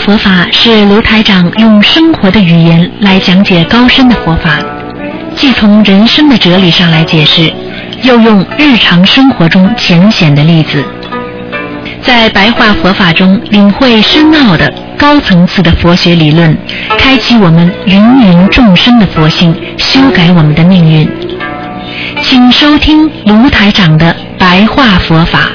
佛法是卢台长用生活的语言来讲解高深的佛法，既从人生的哲理上来解释，又用日常生活中浅显的例子，在白话佛法中领会深奥的高层次的佛学理论，开启我们芸芸众生的佛性，修改我们的命运。请收听卢台长的白话佛法。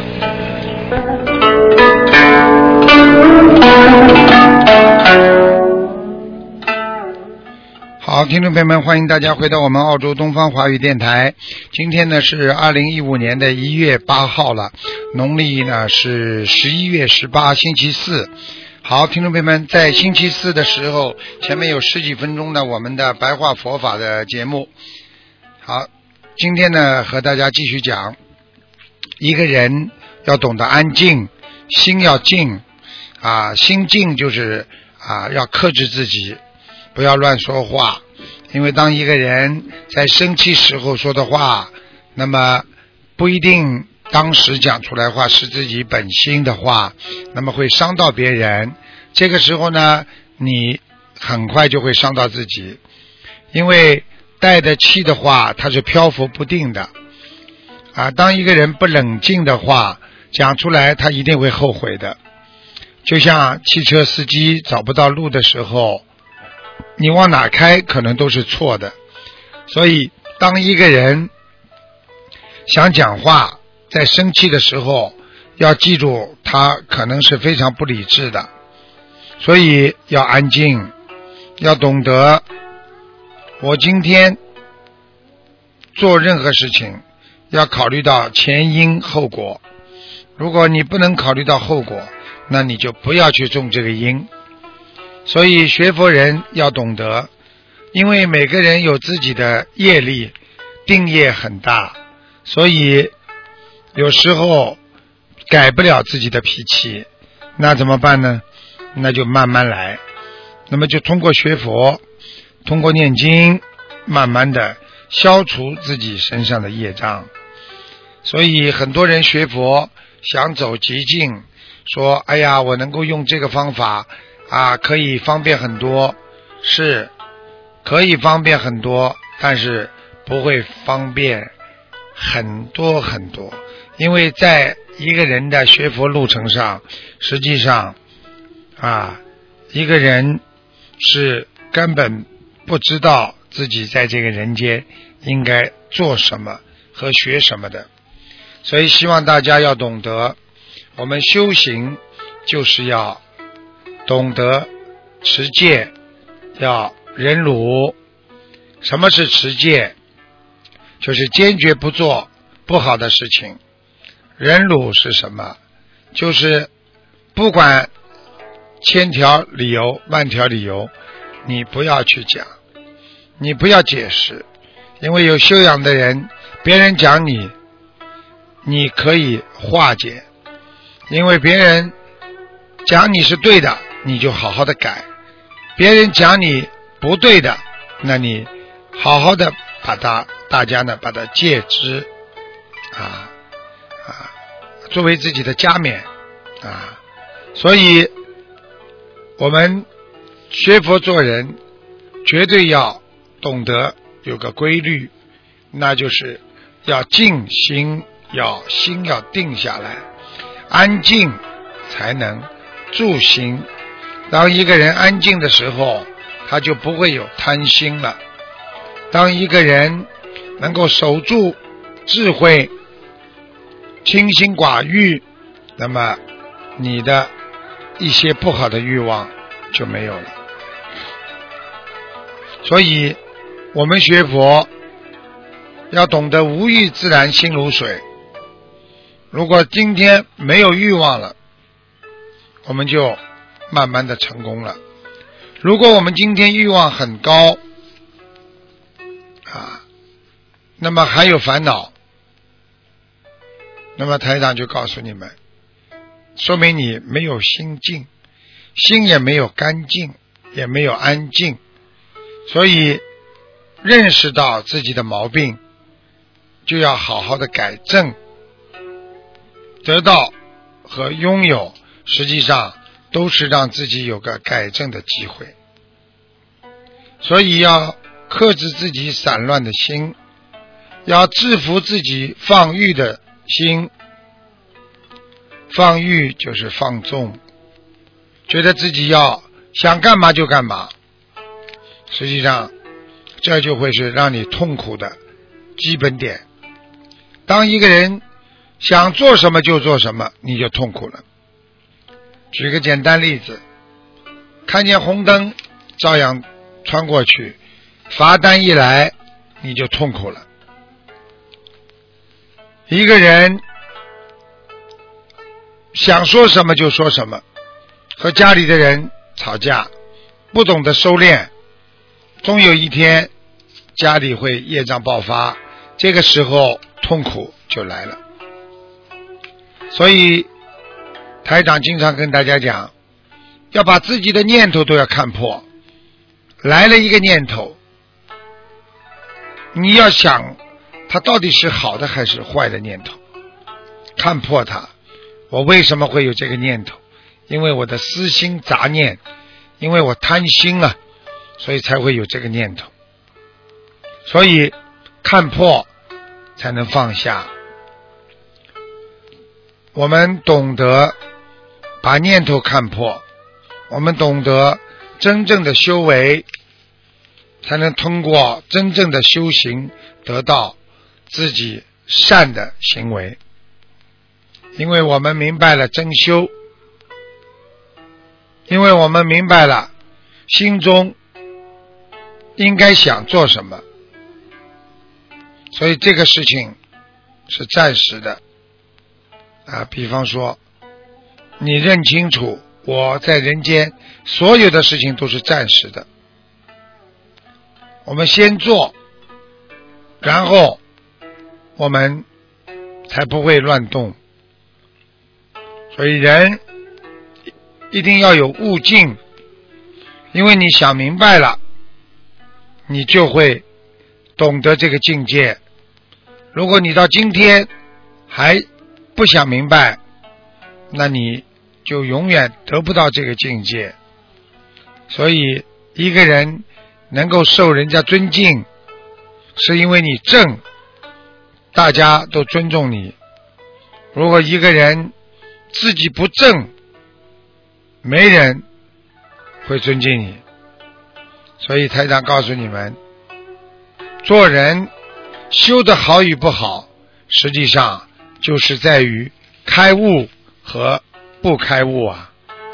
好，听众朋友们，欢迎大家回到我们澳洲东方华语电台。今天呢是2015年的1月8号了，农历呢是11月18，星期四。好，听众朋友们，在星期四的时候，前面有10几分钟的我们的白话佛法的节目。好，今天呢和大家继续讲，一个人要懂得安静，心要静心静就是要克制自己，不要乱说话。因为当一个人在生气时候说的话，那么不一定当时讲出来话是自己本心的话，那么会伤到别人。这个时候呢，你很快就会伤到自己，因为带着气的话它是漂浮不定的当一个人不冷静的话讲出来，他一定会后悔的。就像汽车司机找不到路的时候，你往哪开可能都是错的。所以当一个人想讲话，在生气的时候要记住，他可能是非常不理智的，所以要安静，要懂得我今天做任何事情要考虑到前因后果，如果你不能考虑到后果，那你就不要去种这个因。所以学佛人要懂得，因为每个人有自己的业力，定业很大，所以有时候改不了自己的脾气，那怎么办呢？那就慢慢来，那么就通过学佛，通过念经，慢慢的消除自己身上的业障。所以很多人学佛想走极境，说哎呀，我能够用这个方法可以方便很多，是可以方便很多，但是不会方便很多很多。因为在一个人的学佛路程上，实际上一个人是根本不知道自己在这个人间应该做什么和学什么的。所以希望大家要懂得，我们修行就是要懂得持戒，要忍辱。什么是持戒？就是坚决不做不好的事情。忍辱是什么？就是不管千条理由万条理由，你不要去讲，你不要解释。因为有修养的人，别人讲你，你可以化解，因为别人讲你是对的，你就好好的改；别人讲你不对的，那你好好的把大家呢把它戒之作为自己的加冕所以我们学佛做人绝对要懂得有个规律，那就是要静心，心要定下来，安静才能住心。当一个人安静的时候，他就不会有贪心了。当一个人能够守住智慧，清心寡欲，那么你的一些不好的欲望就没有了。所以我们学佛要懂得无欲自然心如水。如果今天没有欲望了，我们就慢慢的成功了。如果我们今天欲望很高那么还有烦恼，那么台长就告诉你们，说明你没有心静，心也没有干净，也没有安静。所以认识到自己的毛病，就要好好的改正。得到和拥有实际上都是让自己有个改正的机会。所以要克制自己散乱的心，要制服自己放欲的心。放欲就是放纵，觉得自己要想干嘛就干嘛，实际上这就会是让你痛苦的基本点。当一个人想做什么就做什么，你就痛苦了。举个简单例子，看见红灯照样穿过去，罚单一来你就痛苦了。一个人想说什么就说什么，和家里的人吵架，不懂得收敛，终有一天家里会业障爆发，这个时候痛苦就来了。所以台长经常跟大家讲，要把自己的念头都要看破。来了一个念头，你要想它到底是好的还是坏的念头，看破它。我为什么会有这个念头？因为我的私心杂念，因为我贪心啊，所以才会有这个念头。所以看破才能放下。我们懂得把念头看破，我们懂得真正的修为，才能通过真正的修行得到自己善的行为。因为我们明白了真修，因为我们明白了心中应该想做什么，所以这个事情是暂时的比方说你认清楚我在人间所有的事情都是暂时的，我们先做，然后我们才不会乱动。所以人一定要有悟境，因为你想明白了，你就会懂得这个境界。如果你到今天还不想明白，那你就永远得不到这个境界。所以一个人能够受人家尊敬，是因为你正，大家都尊重你。如果一个人自己不正，没人会尊敬你。所以台长告诉你们，做人修得好与不好，实际上就是在于开悟和不开悟啊。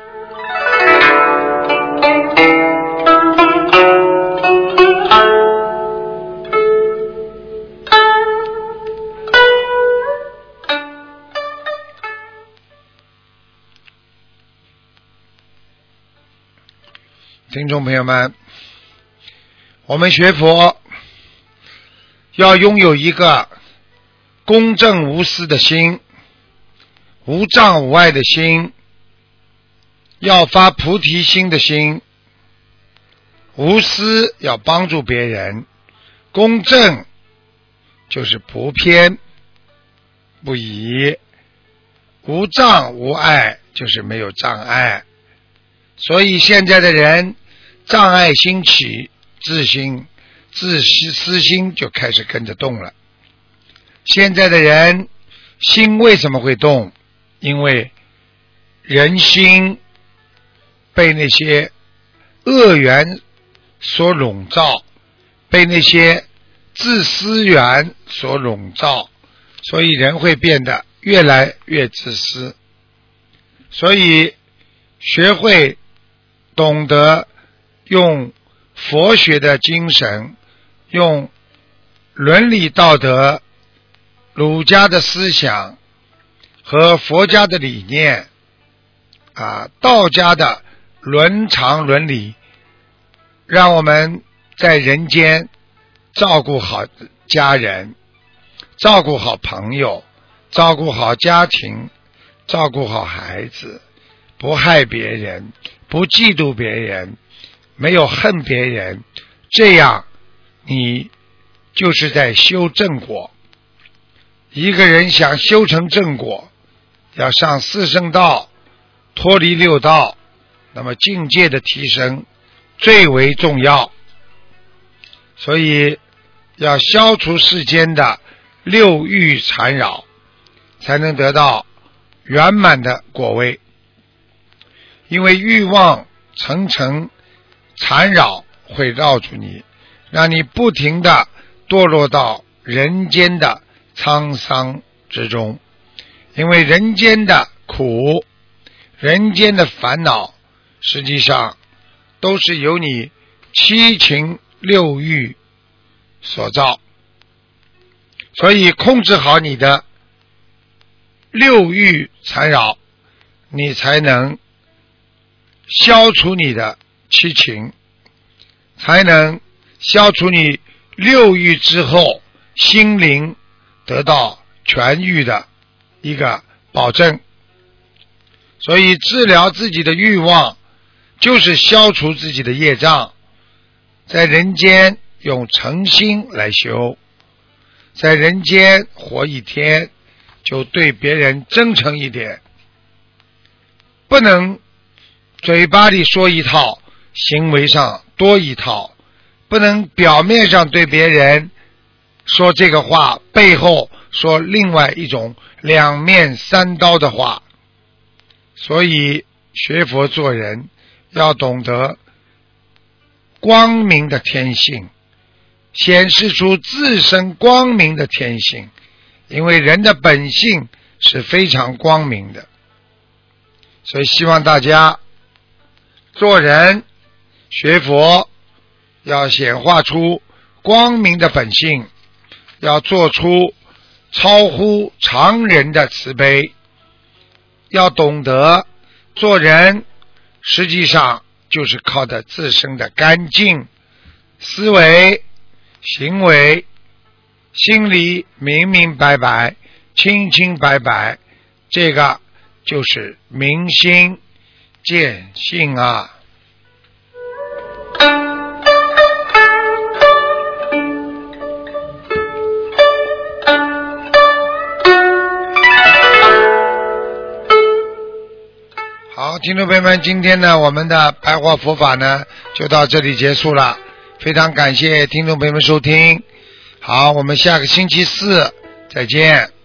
听众朋友们，我们学佛要拥有一个公正无私的心，无障无碍的心，要发菩提心的心。无私要帮助别人，公正就是不偏不倚，无障无碍就是没有障碍。所以现在的人障碍兴起，自私心就开始跟着动了。现在的人心为什么会动？因为人心被那些恶缘所笼罩，被那些自私缘所笼罩，所以人会变得越来越自私。所以学会懂得用佛学的精神，用伦理道德、儒家的思想和佛家的理念道家的伦常伦理，让我们在人间照顾好家人，照顾好朋友，照顾好家庭，照顾好孩子，不害别人，不嫉妒别人，没有恨别人，这样你就是在修正果。一个人想修成正果，要上四圣道，脱离六道， 那么境界的提升最为重要。所以要消除世间的六欲缠绕，才能得到圆满的果位。因为欲望层层缠绕会绕住你，让你不停地堕落到人间的沧桑之中。因为人间的苦，人间的烦恼，实际上都是由你七情六欲所造。所以控制好你的六欲缠绕，你才能消除你的七情，才能消除你六欲之后心灵得到痊愈的一个保证。所以治疗自己的欲望就是消除自己的业障。在人间用诚心来修，在人间活一天就对别人真诚一点，不能嘴巴里说一套，行为上多一套，不能表面上对别人说这个话，背后说另外一种两面三刀的话。所以学佛做人要懂得光明的天性，显示出自身光明的天性，因为人的本性是非常光明的。所以希望大家做人学佛要显化出光明的本性，要做出超乎常人的慈悲，要懂得做人实际上就是靠着自身的干净思维行为，心里明明白白清清白白，这个就是明心见性啊。好，听众朋友们，今天呢我们的白话佛法呢就到这里结束了，非常感谢听众朋友们收听。好，我们下个星期四再见。